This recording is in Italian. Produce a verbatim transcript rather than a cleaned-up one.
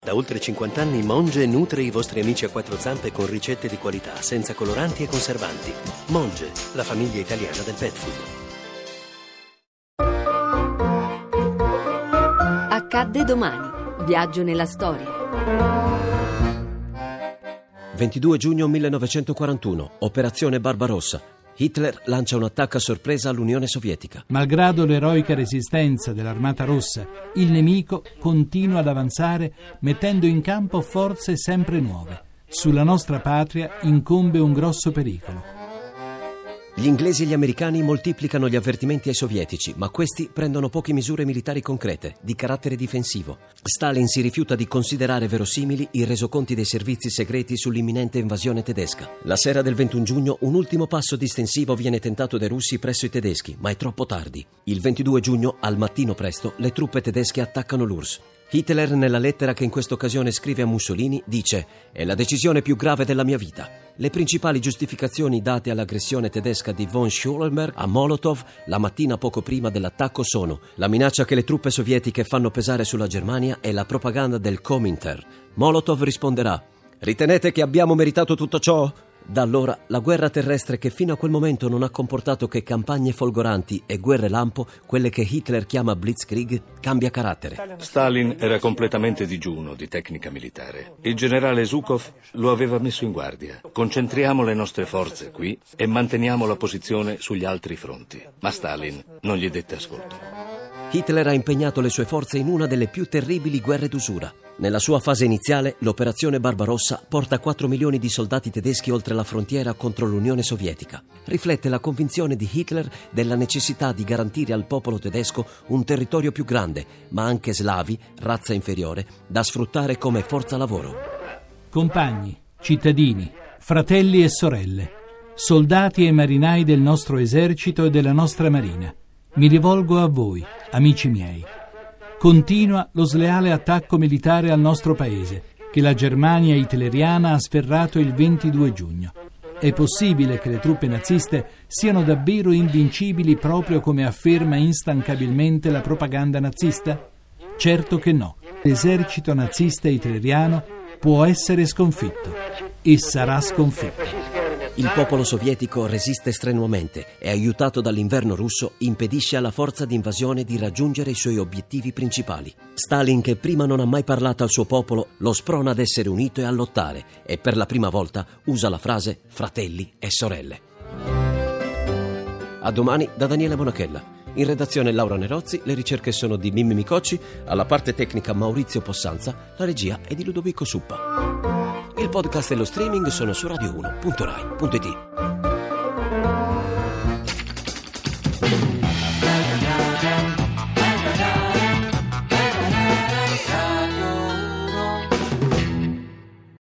Da oltre cinquanta anni Monge nutre i vostri amici a quattro zampe con ricette di qualità, senza coloranti e conservanti. Monge, la famiglia italiana del pet food. Accadde domani. Viaggio nella storia. ventidue giugno millenovecentoquarantuno, Operazione Barbarossa. Hitler lancia un attacco a sorpresa all'Unione Sovietica. Malgrado l'eroica resistenza dell'Armata Rossa, il nemico continua ad avanzare mettendo in campo forze sempre nuove. Sulla nostra patria incombe un grosso pericolo. Gli inglesi e gli americani moltiplicano gli avvertimenti ai sovietici, ma questi prendono poche misure militari concrete, di carattere difensivo. Stalin si rifiuta di considerare verosimili i resoconti dei servizi segreti sull'imminente invasione tedesca. La sera del ventuno giugno un ultimo passo distensivo viene tentato dai russi presso i tedeschi, ma è troppo tardi. Il ventidue giugno, al mattino presto, le truppe tedesche attaccano l'U R S S. Hitler, nella lettera che in questa occasione scrive a Mussolini, dice: «È la decisione più grave della mia vita». Le principali giustificazioni date all'aggressione tedesca di von Schulenberg a Molotov la mattina poco prima dell'attacco sono la minaccia che le truppe sovietiche fanno pesare sulla Germania e la propaganda del Komintern. Molotov risponderà: «Ritenete che abbiamo meritato tutto ciò?» Da allora la guerra terrestre, che fino a quel momento non ha comportato che campagne folgoranti e guerre lampo, quelle che Hitler chiama Blitzkrieg, cambia carattere. Stalin era completamente digiuno di tecnica militare. Il generale Zhukov lo aveva messo in guardia. Concentriamo le nostre forze qui e manteniamo la posizione sugli altri fronti. Ma Stalin non gli dette ascolto. Hitler ha impegnato le sue forze in una delle più terribili guerre d'usura. Nella sua fase iniziale, l'operazione Barbarossa porta quattro milioni di soldati tedeschi oltre la frontiera contro l'Unione Sovietica. Riflette la convinzione di Hitler della necessità di garantire al popolo tedesco un territorio più grande, ma anche slavi, razza inferiore, da sfruttare come forza lavoro. Compagni, cittadini, fratelli e sorelle, soldati e marinai del nostro esercito e della nostra marina, mi rivolgo a voi, amici miei. Continua lo sleale attacco militare al nostro paese, che la Germania hitleriana ha sferrato il ventidue giugno. È possibile che le truppe naziste siano davvero invincibili proprio come afferma instancabilmente la propaganda nazista? Certo che no. L'esercito nazista hitleriano può essere sconfitto e sarà sconfitto. Il popolo sovietico resiste strenuamente e, aiutato dall'inverno russo, impedisce alla forza di invasione di raggiungere i suoi obiettivi principali. Stalin, che prima non ha mai parlato al suo popolo, lo sprona ad essere unito e a lottare, e per la prima volta usa la frase fratelli e sorelle. A domani da Daniele Monachella. In redazione Laura Nerozzi, le ricerche sono di Mimmi Micocci, alla parte tecnica Maurizio Possanza, la regia è di Ludovico Suppa. Il podcast e lo streaming sono su radio uno punto rai punto it.